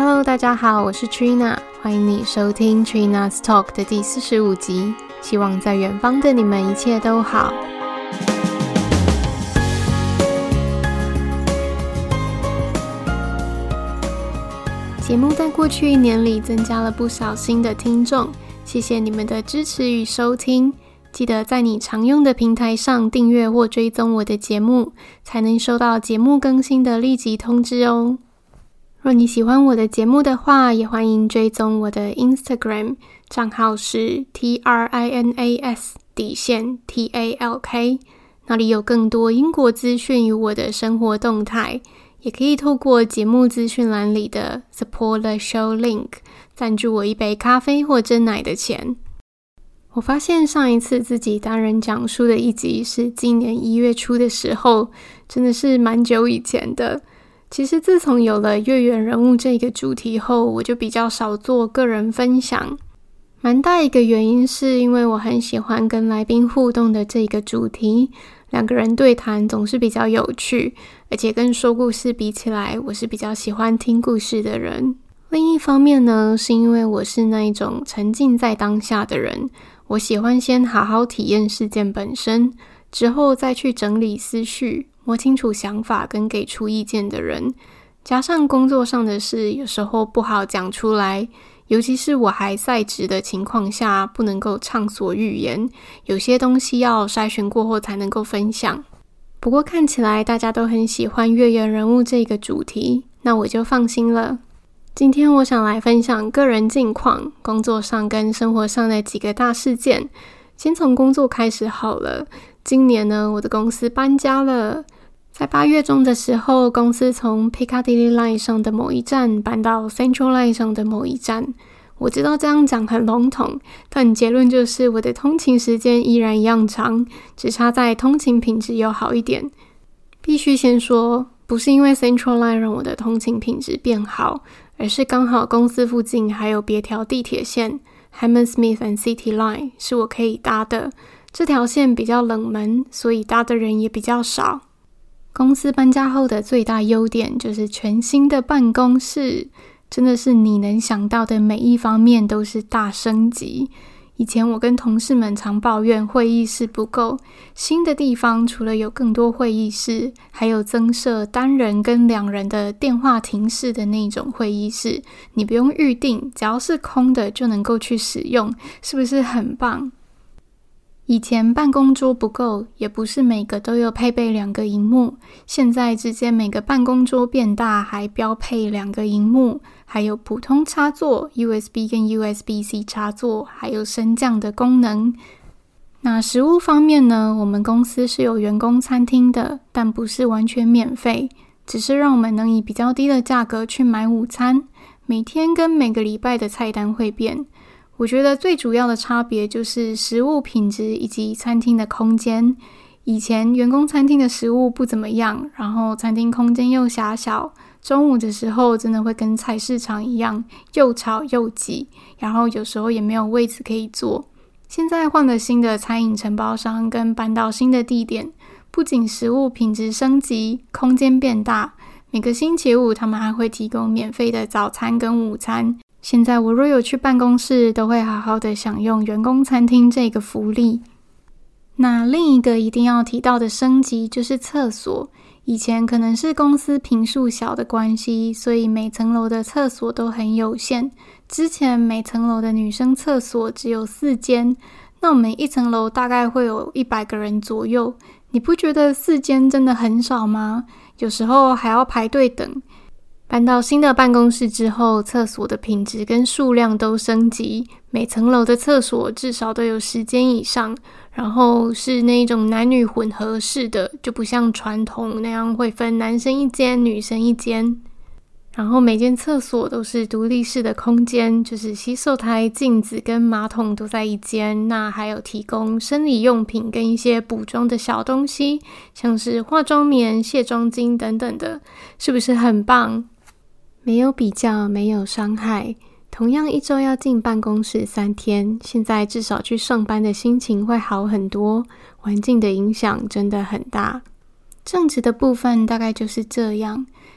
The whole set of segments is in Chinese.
Hello， 大家好，我是 Trina， 欢迎你收听 Trina's Talk 的第45集，希望在远方的你们一切都好。节目在过去1年里增加了不少新的听众，谢谢你们的支持与收听。记得在你常用的平台上订阅或追踪我的节目，才能收到节目更新的立即通知哦。若你喜欢我的节目的话，也欢迎追踪我的 Instagram， 账号是 TRINAS_TALK， 那里有更多英国资讯与我的生活动态，也可以透过节目资讯栏里的 Support the Show Link 赞助我一杯咖啡或珍奶的钱。我发现上一次自己单人讲述的一集是今年1月初的时候，真的是蛮久以前的。其实自从有了月圆人物这个主题后，我就比较少做个人分享。蛮大一个原因是因为我很喜欢跟来宾互动的这个主题，两个人对谈总是比较有趣，而且跟说故事比起来，我是比较喜欢听故事的人。另一方面呢，是因为我是那一种沉浸在当下的人，我喜欢先好好体验事件本身，之后再去整理思绪，摸清楚想法跟给出意见的人。加上工作上的事有时候不好讲出来，尤其是我还在职的情况下，不能够畅所欲言，有些东西要筛选过后才能够分享。不过看起来大家都很喜欢月圆人物这个主题，那我就放心了。今天我想来分享个人近况，工作上跟生活上的几个大事件。先从工作开始好了。今年呢，我的公司搬家了。在8月中的时候，公司从 Piccadilly Line 上的某一站搬到 Central Line 上的某一站。我知道这样讲很笼统，但结论就是我的通勤时间依然一样长，只差在通勤品质有好一点。必须先说，不是因为 Central Line 让我的通勤品质变好，而是刚好公司附近还有别条地铁线 Hammersmith and City Line 是我可以搭的。这条线比较冷门，所以搭的人也比较少。公司搬家后的最大优点就是全新的办公室，真的是你能想到的每一方面都是大升级。以前我跟同事们常抱怨会议室不够，新的地方除了有更多会议室，还有增设单人跟2人的电话亭式的那种会议室，你不用预定，只要是空的就能够去使用，是不是很棒？以前办公桌不够，也不是每个都有配备2个萤幕，现在直接每个办公桌变大，还标配2个萤幕，还有普通插座 USB 跟 USB-C 插座，还有升降的功能。那食物方面呢，我们公司是有员工餐厅的，但不是完全免费，只是让我们能以比较低的价格去买午餐，每天跟每个礼拜的菜单会变。我觉得最主要的差别就是食物品质以及餐厅的空间。以前员工餐厅的食物不怎么样，然后餐厅空间又狭小，中午的时候真的会跟菜市场一样，又吵又挤，然后有时候也没有位置可以坐。现在换了新的餐饮承包商跟搬到新的地点，不仅食物品质升级，空间变大，每个星期五他们还会提供免费的早餐跟午餐。现在我若有去办公室，都会好好的享用员工餐厅这个福利。那另一个一定要提到的升级就是厕所。以前可能是公司坪数小的关系，所以每层楼的厕所都很有限。之前每层楼的女生厕所只有4间，那我们一层楼大概会有100个人左右。你不觉得4间真的很少吗？有时候还要排队等。搬到新的办公室之后，厕所的品质跟数量都升级，每层楼的厕所至少都有10间以上，然后是那种男女混合式的，就不像传统那样会分男生1间女生1间。然后每间厕所都是独立式的空间，就是洗手台、镜子跟马桶都在1间，那还有提供生理用品跟一些补妆的小东西，像是化妆棉、卸妆巾等等的，是不是很棒？没有比较，没有伤害。同样1周要进办公室3天，现在至少去上班的心情会好很多，环境的影响真的很大。正职的部分大概就是这样。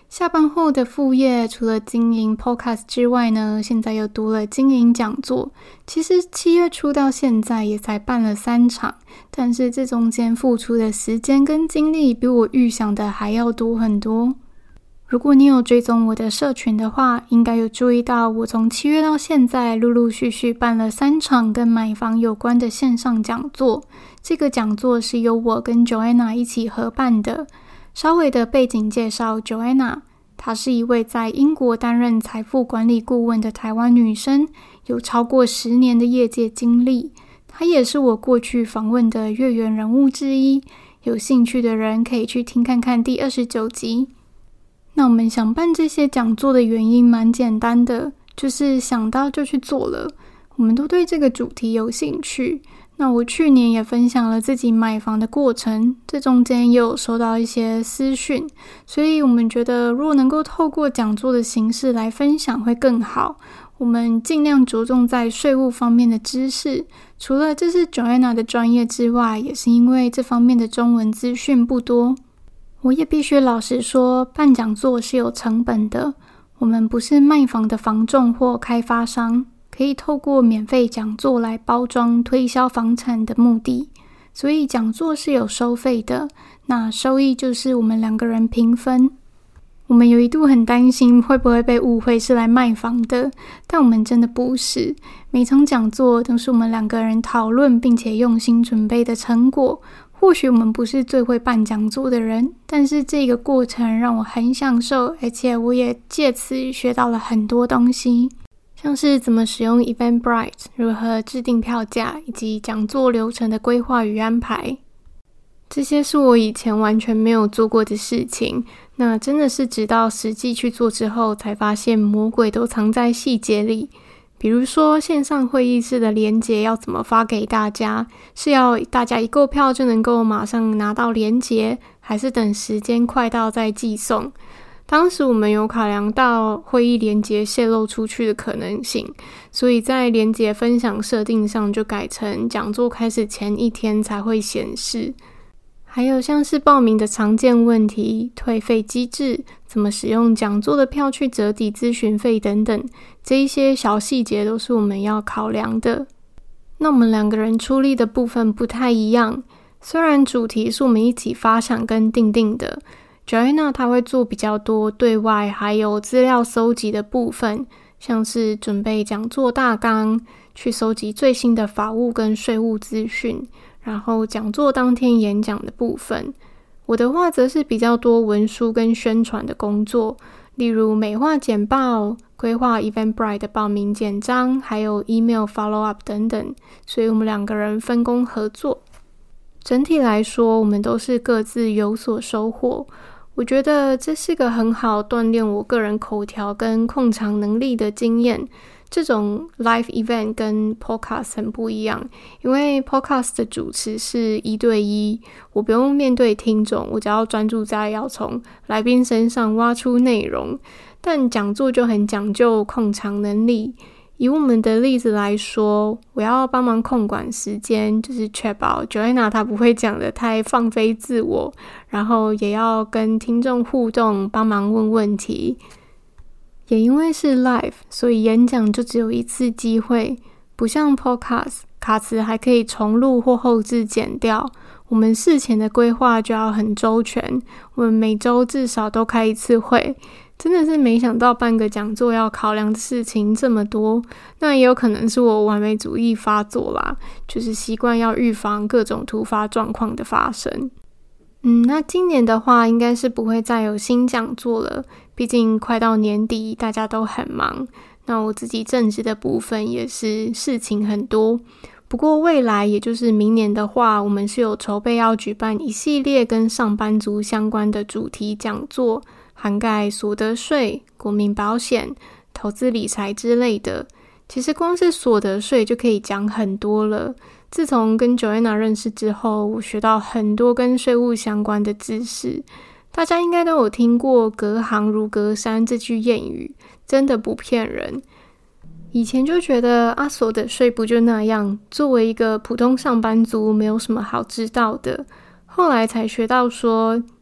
下班后的副业除了经营 podcast 之外呢，现在又多了经营讲座。其实7月初到现在也才办了3场，但是这中间付出的时间跟精力比我预想的还要多很多。如果你有追踪我的社群的话，应该有注意到我从7月到现在陆陆续续办了3场跟买房有关的线上讲座。这个讲座是由我跟 Joanna 一起合办的。稍微的背景介绍 Joanna， 她是一位在英国担任财富管理顾问的台湾女生，有超过10年的业界经历。她也是我过去访问的月圆人物之一，有兴趣的人可以去听看看第29集。那我们想办这些讲座的原因蛮简单的，就是想到就去做了。我们都对这个主题有兴趣。那我去年也分享了自己买房的过程，这中间也有收到一些私讯，所以我们觉得如果能够透过讲座的形式来分享会更好。我们尽量着重在税务方面的知识，除了这是 Joanna 的专业之外，也是因为这方面的中文资讯不多。我也必须老实说，办讲座是有成本的，我们不是卖房的房仲或开发商，可以透过免费讲座来包装推销房产的目的，所以讲座是有收费的，那收益就是我们2个人平分。我们有一度很担心会不会被误会是来卖房的，但我们真的不是。每场讲座都是我们2个人讨论并且用心准备的成果。或许我们不是最会办讲座的人，但是这个过程让我很享受，而且我也借此学到了很多东西，像是怎么使用 Eventbrite， 如何制定票价，以及讲座流程的规划与安排。这些是我以前完全没有做过的事情，那真的是直到实际去做之后才发现魔鬼都藏在细节里。比如说线上会议室的连结要怎么发给大家，是要大家一购票就能够马上拿到连结，还是等时间快到再寄送。当时我们有考量到会议连结泄露出去的可能性，所以在连结分享设定上就改成讲座开始前1天才会显示。还有像是报名的常见问题、退费机制、怎么使用讲座的票去折抵咨询费等等，这一些小细节都是我们要考量的。那我们2个人出力的部分不太一样，虽然主题是我们一起发想跟订定的， Joanna 她会做比较多对外还有资料搜集的部分，像是准备讲座大纲，去搜集最新的法务跟税务资讯，然后讲座当天演讲的部分。我的话则是比较多文书跟宣传的工作，例如美化简报、规划 Eventbrite 的报名简章，还有 email follow up 等等，所以我们2个人分工合作。整体来说，我们都是各自有所收获。我觉得这是个很好锻炼我个人口条跟控场能力的经验。这种 live event 跟 podcast 很不一样，因为 podcast 的主持是1对1，我不用面对听众，我只要专注在要从来宾身上挖出内容。但讲座就很讲究控场能力。以我们的例子来说，我要帮忙控管时间，就是确保 Joanna 她不会讲得太放飞自我，然后也要跟听众互动，帮忙问问题。也因为是 live， 所以演讲就只有1次机会，不像 podcast 卡词还可以重录或后置剪掉。我们事前的规划就要很周全，我们每周至少都开1次会。真的是没想到办个讲座要考量的事情这么多，那也有可能是我完美主义发作啦，就是习惯要预防各种突发状况的发生。那今年的话应该是不会再有新讲座了，毕竟快到年底，大家都很忙。那我自己正职的部分也是事情很多。不过未来也就是明年的话，我们是有筹备要举办一系列跟上班族相关的主题讲座，涵盖所得税、国民保险、投资理财之类的。其实光是所得税就可以讲很多了。自从跟 Joanna 认识之后，我学到很多跟税务相关的知识。大家应该都有听过隔行如隔山这句谚语，真的不骗人。以前就觉得所得税不就那样，作为一个普通上班族没有什么好知道的。后来才学到说，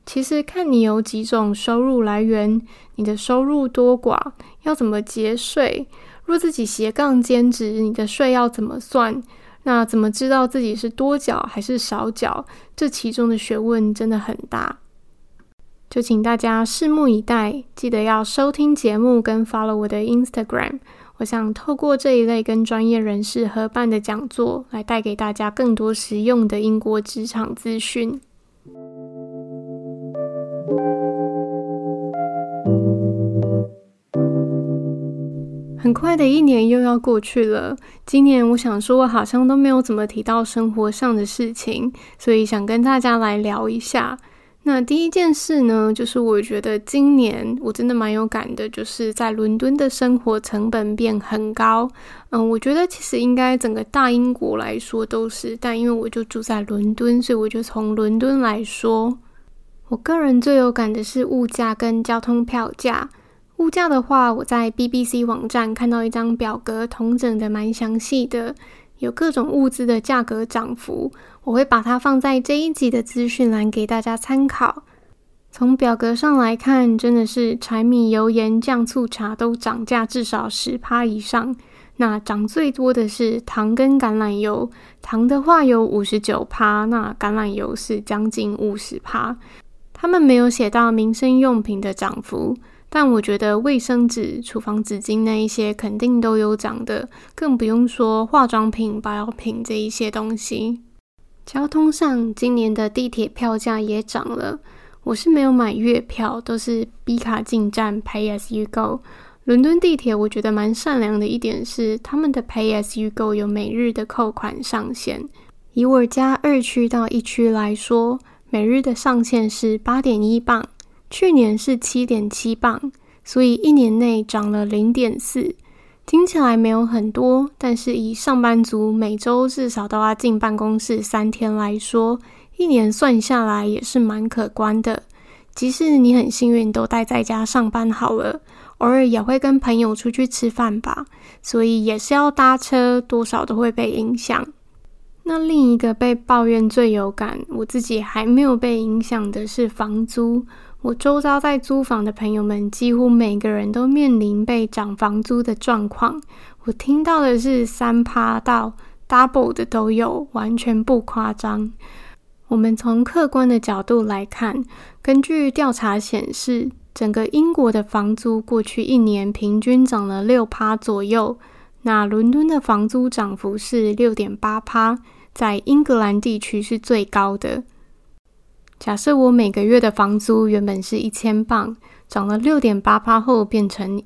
其实看你有几种收入来源，你的收入多寡，要怎么节税，若自己斜杠兼职，你的税要怎么算，那怎么知道自己是多缴还是少缴，这其中的学问真的很大。就请大家拭目以待，记得要收听节目跟 follow 我的 Instagram。我想透过这一类跟专业人士合办的讲座，来带给大家更多实用的英国职场资讯。很快的一年又要过去了，今年我想说我好像都没有怎么提到生活上的事情，所以想跟大家来聊一下。那第一件事呢，就是我觉得今年我真的蛮有感的，就是在伦敦的生活成本变很高。我觉得其实应该整个大英国来说都是，但因为我就住在伦敦，所以我就从伦敦来说。我个人最有感的是物价跟交通票价。物价的话，我在 BBC 网站看到一张表格，统整的蛮详细的，有各种物资的价格涨幅，我会把它放在这一集的资讯栏给大家参考。从表格上来看，真的是柴米油盐酱醋茶都涨价至少 10% 以上。那涨最多的是糖跟橄榄油，糖的话有 59%， 那橄榄油是将近 50%。他们没有写到民生用品的涨幅，但我觉得卫生纸、厨房纸巾那一些肯定都有涨的，更不用说化妆品、保养品这一些东西。交通上，今年的地铁票价也涨了。我是没有买月票，都是 B 卡进站 Pay as you go。伦敦地铁我觉得蛮善良的一点是，他们的 Pay as you go 有每日的扣款上限。以我家2区到1区来说，每日的上限是 8.1 磅，去年是 7.7 磅，所以1年内涨了 0.4。听起来没有很多，但是以上班族每周至少都要进办公室3天来说，一年算下来也是蛮可观的。即使你很幸运都待在家上班好了，偶尔也会跟朋友出去吃饭吧，所以也是要搭车，多少都会被影响。那另一个被抱怨最有感，我自己还没有被影响的是房租。我周遭在租房的朋友们几乎每个人都面临被涨房租的状况，我听到的是 3% 到 double 的都有，完全不夸张。我们从客观的角度来看，根据调查显示，整个英国的房租过去1年平均涨了 6% 左右，那伦敦的房租涨幅是 6.8%， 在英格兰地区是最高的。假设我每个月的房租原本是1000磅，涨了 6.8% 后变成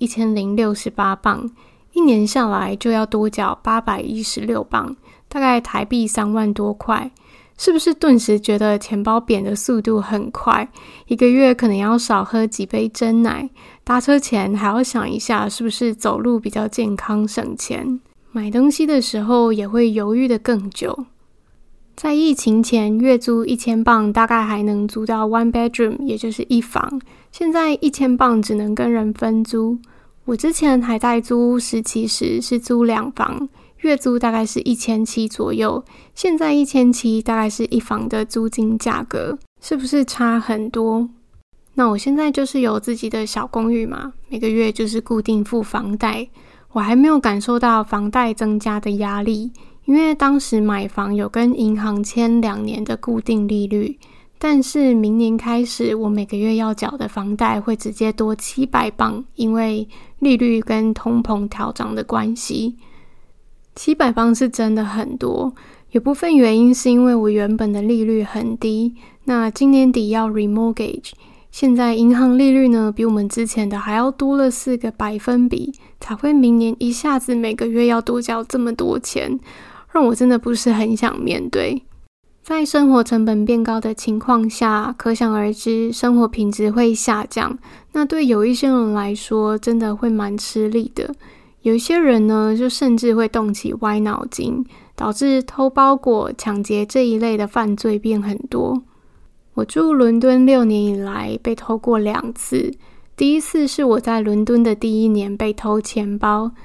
1068磅，一年下来就要多缴816磅，大概台币3万多块。是不是顿时觉得钱包扁的速度很快？一个月可能要少喝几杯珍奶，搭车前还要想一下是不是走路比较健康省钱，买东西的时候也会犹豫的更久。在疫情前，月租1000磅大概还能租到 one bedroom， 也就是一房，现在1000磅只能跟人分租。我之前还在租屋时期时是租2房，月租大概是1700左右，现在1700大概是一房的租金价格，是不是差很多？那我现在就是有自己的小公寓嘛，每个月就是固定付房贷，我还没有感受到房贷增加的压力，因为当时买房有跟银行签2年的固定利率，但是明年开始我每个月要缴的房贷会直接多700磅，因为利率跟通膨调涨的关系。700磅是真的很多，有部分原因是因为我原本的利率很低，那今年底要 remortgage， 现在银行利率呢比我们之前的还要多了4个百分比，才会明年一下子每个月要多交这么多钱，让我真的不是很想面对。在生活成本变高的情况下，可想而知生活品质会下降，那对有一些人来说真的会蛮吃力的。有一些人呢，就甚至会动起歪脑筋，导致偷包裹、抢劫这一类的犯罪变很多。我住伦敦6年以来被偷过2次，第一次是我在伦敦的第1年被偷钱包，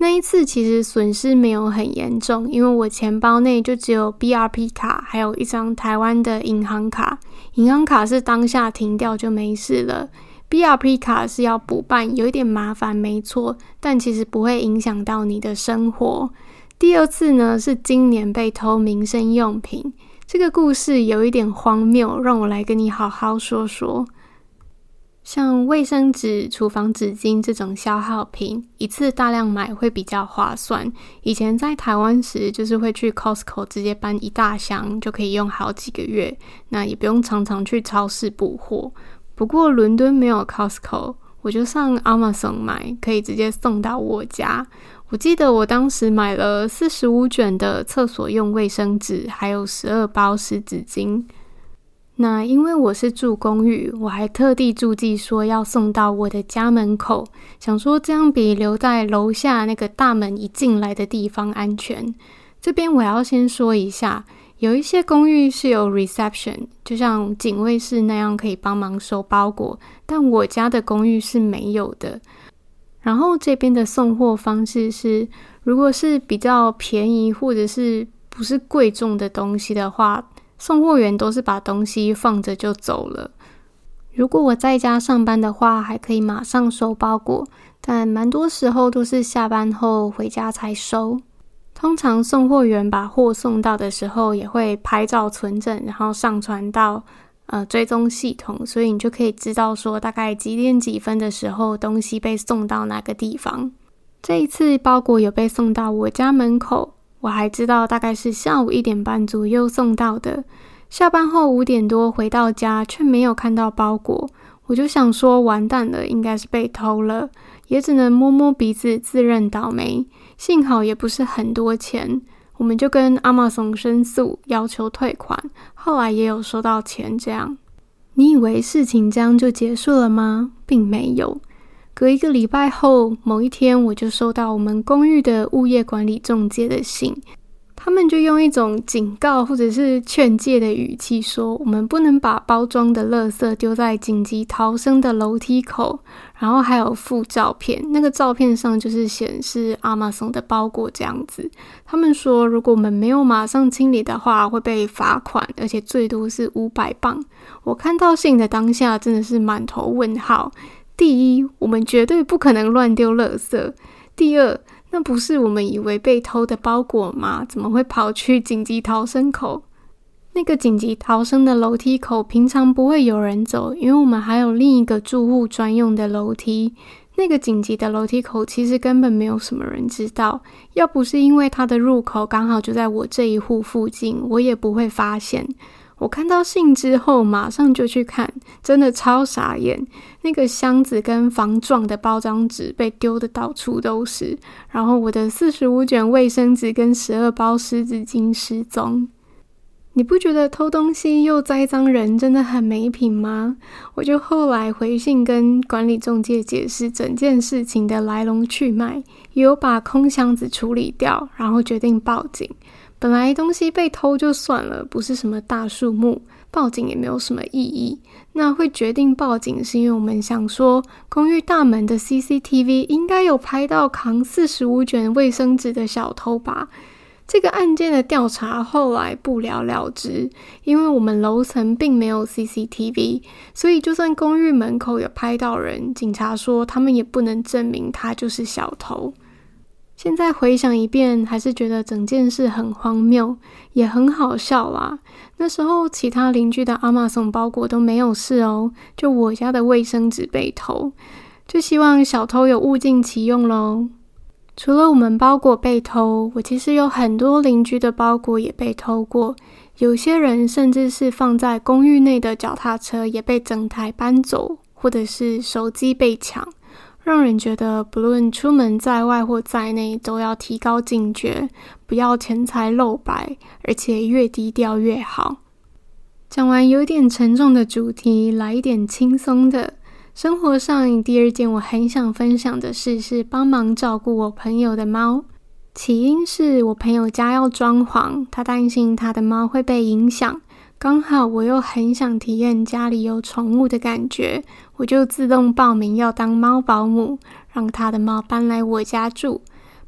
那一次其实损失没有很严重，因为我钱包内就只有 BRP 卡还有一张台湾的银行卡，银行卡是当下停掉就没事了， BRP 卡是要补办，有一点麻烦没错，但其实不会影响到你的生活。第二次呢是今年被偷民生用品，这个故事有一点荒谬，让我来跟你好好说说。像卫生纸、厨房纸巾这种消耗品，一次大量买会比较划算。以前在台湾时，就是会去 Costco 直接搬一大箱，就可以用好几个月，那也不用常常去超市补货。不过伦敦没有 Costco， 我就上 Amazon 买，可以直接送到我家。我记得我当时买了45卷的厕所用卫生纸，还有12包湿纸巾。那因为我是住公寓，我还特地注记说要送到我的家门口，想说这样比留在楼下那个大门一进来的地方安全。这边我要先说一下，有一些公寓是有 reception， 就像警卫室那样可以帮忙收包裹，但我家的公寓是没有的。然后这边的送货方式是，如果是比较便宜或者是不是贵重的东西的话，送货员都是把东西放着就走了。如果我在家上班的话，还可以马上收包裹，但蛮多时候都是下班后回家才收。通常送货员把货送到的时候，也会拍照存证，然后上传到追踪系统，所以你就可以知道说大概几点几分的时候东西被送到哪个地方。这一次包裹有被送到我家门口，我还知道大概是下午1点半左右送到的。下班后5点多回到家，却没有看到包裹，我就想说完蛋了，应该是被偷了，也只能摸摸鼻子自认倒霉。幸好也不是很多钱，我们就跟 Amazon 申诉，要求退款，后来也有收到钱这样。你以为事情这样就结束了吗？并没有。隔1个礼拜后，某一天我就收到我们公寓的物业管理中介的信，他们就用一种警告或者是劝诫的语气说，我们不能把包装的垃圾丢在紧急逃生的楼梯口，然后还有附照片，那个照片上就是显示 Amazon 的包裹这样子。他们说如果我们没有马上清理的话，会被罚款，而且最多是500磅。我看到信的当下真的是满头问号。第一，我们绝对不可能乱丢垃圾。第二，那不是我们以为被偷的包裹吗？怎么会跑去紧急逃生口？那个紧急逃生的楼梯口平常不会有人走，因为我们还有另一个住户专用的楼梯。那个紧急的楼梯口其实根本没有什么人知道，要不是因为它的入口刚好就在我这一户附近，我也不会发现。我看到信之后马上就去看，真的超傻眼。那个箱子跟防撞的包装纸被丢得到处都是，然后我的45卷卫生纸跟12包湿纸巾失踪。你不觉得偷东西又栽赃人真的很没品吗？我就后来回信跟管理中介解释整件事情的来龙去脉，也有把空箱子处理掉，然后决定报警。本来东西被偷就算了，不是什么大数目，报警也没有什么意义。那会决定报警是因为我们想说，公寓大门的 CCTV 应该有拍到扛45卷卫生纸的小偷吧。这个案件的调查后来不了了之，因为我们楼层并没有 CCTV， 所以就算公寓门口有拍到人，警察说他们也不能证明他就是小偷。现在回想一遍，还是觉得整件事很荒谬，也很好笑啦。那时候其他邻居的 Amazon 包裹都没有事哦，就我家的卫生纸被偷，就希望小偷有物尽其用咯。除了我们包裹被偷，我其实有很多邻居的包裹也被偷过，有些人甚至是放在公寓内的脚踏车也被整台搬走，或者是手机被抢。让人觉得不论出门在外或在内都要提高警觉，不要钱财露白，而且越低调越好。讲完有点沉重的主题，来一点轻松的。生活上第二件我很想分享的事是帮忙照顾我朋友的猫。起因是我朋友家要装潢，他担心他的猫会被影响，刚好我又很想体验家里有宠物的感觉，我就自动报名要当猫保姆，让他的猫搬来我家住。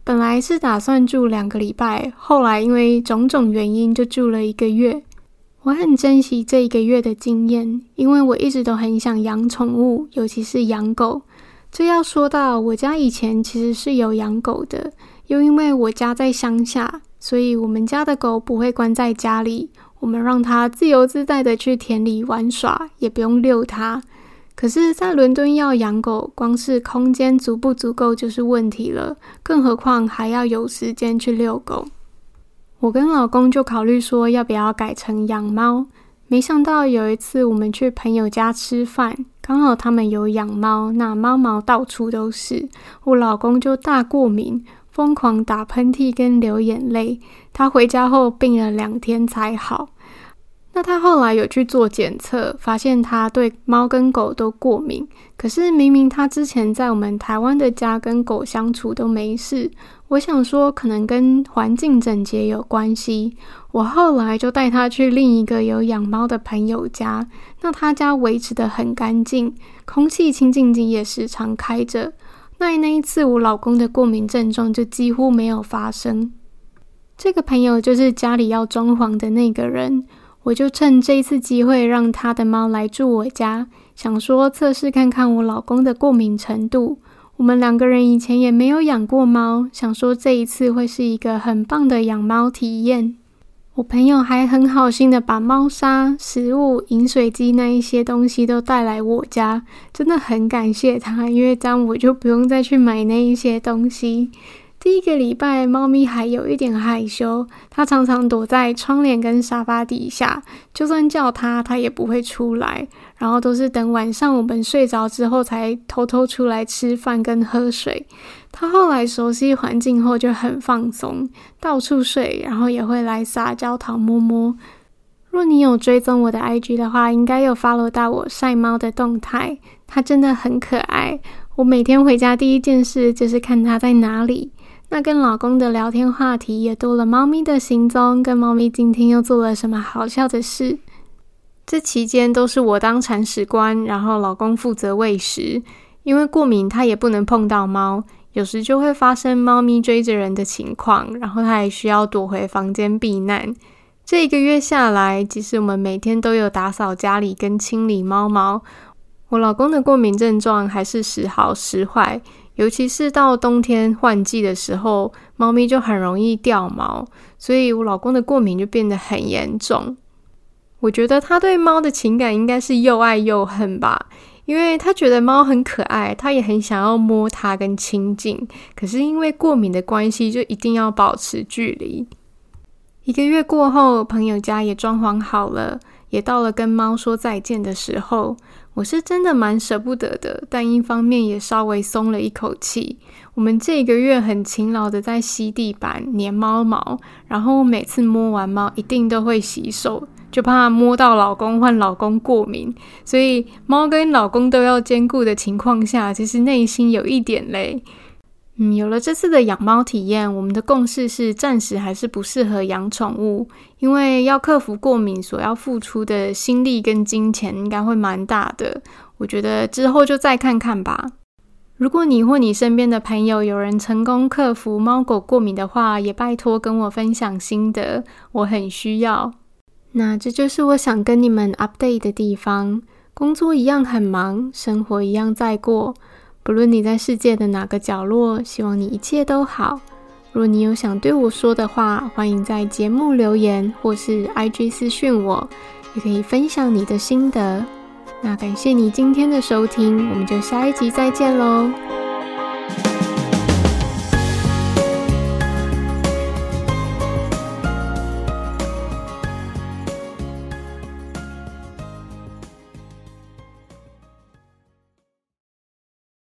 本来是打算住2个礼拜，后来因为种种原因就住了1个月。我很珍惜这1个月的经验，因为我一直都很想养宠物，尤其是养狗。这要说到我家以前其实是有养狗的，又因为我家在乡下，所以我们家的狗不会关在家里，我们让它自由自在的去田里玩耍，也不用遛它。可是在伦敦要养狗，光是空间足不足够就是问题了，更何况还要有时间去遛狗。我跟老公就考虑说要不要改成养猫，没想到有一次我们去朋友家吃饭，刚好他们有养猫，那猫毛到处都是，我老公就大过敏，疯狂打喷嚏跟流眼泪，他回家后病了2天才好。那他后来有去做检测，发现他对猫跟狗都过敏，可是明明他之前在我们台湾的家跟狗相处都没事，我想说可能跟环境整洁有关系。我后来就带他去另一个有养猫的朋友家，那他家维持得很干净，空气清净机也时常开着，那一次我老公的过敏症状就几乎没有发生。这个朋友就是家里要装潢的那个人，我就趁这一次机会让他的猫来住我家，想说测试看看我老公的过敏程度。我们2个人以前也没有养过猫，想说这一次会是一个很棒的养猫体验。我朋友还很好心的把猫砂、食物、饮水机那一些东西都带来我家，真的很感谢他，因为这样我就不用再去买那一些东西。第1个礼拜，猫咪还有一点害羞，它常常躲在窗帘跟沙发底下，就算叫它也不会出来，然后都是等晚上我们睡着之后才偷偷出来吃饭跟喝水。它后来熟悉环境后就很放松，到处睡，然后也会来撒娇讨摸摸。若你有追踪我的 IG 的话，应该有 follow 到我晒猫的动态，它真的很可爱。我每天回家第一件事就是看它在哪里。那跟老公的聊天话题也多了猫咪的行踪，跟猫咪今天又做了什么好笑的事。这期间都是我当铲屎官，然后老公负责喂食。因为过敏他也不能碰到猫，有时就会发生猫咪追着人的情况，然后他也需要躲回房间避难。这1个月下来，即使我们每天都有打扫家里跟清理猫毛，我老公的过敏症状还是时好时坏，尤其是到冬天换季的时候，猫咪就很容易掉毛，所以我老公的过敏就变得很严重。我觉得他对猫的情感应该是又爱又恨吧，因为他觉得猫很可爱，他也很想要摸它跟亲近，可是因为过敏的关系，就一定要保持距离。1个月过后，朋友家也装潢好了，也到了跟猫说再见的时候。我是真的蛮舍不得的，但一方面也稍微松了一口气。我们这1个月很勤劳的在吸地板、粘猫毛，然后每次摸完猫一定都会洗手，就怕摸到老公换老公过敏，所以猫跟老公都要兼顾的情况下，其实内心有一点累。有了这次的养猫体验，我们的共识是暂时还是不适合养宠物，因为要克服过敏所要付出的心力跟金钱应该会蛮大的，我觉得之后就再看看吧。如果你或你身边的朋友有人成功克服猫狗过敏的话，也拜托跟我分享心得，我很需要。那这就是我想跟你们 update 的地方，工作一样很忙，生活一样在过，不论你在世界的哪个角落，希望你一切都好。若你有想对我说的话，欢迎在节目留言或是 IG 私讯我，也可以分享你的心得。那感谢你今天的收听，我们就下一集再见咯。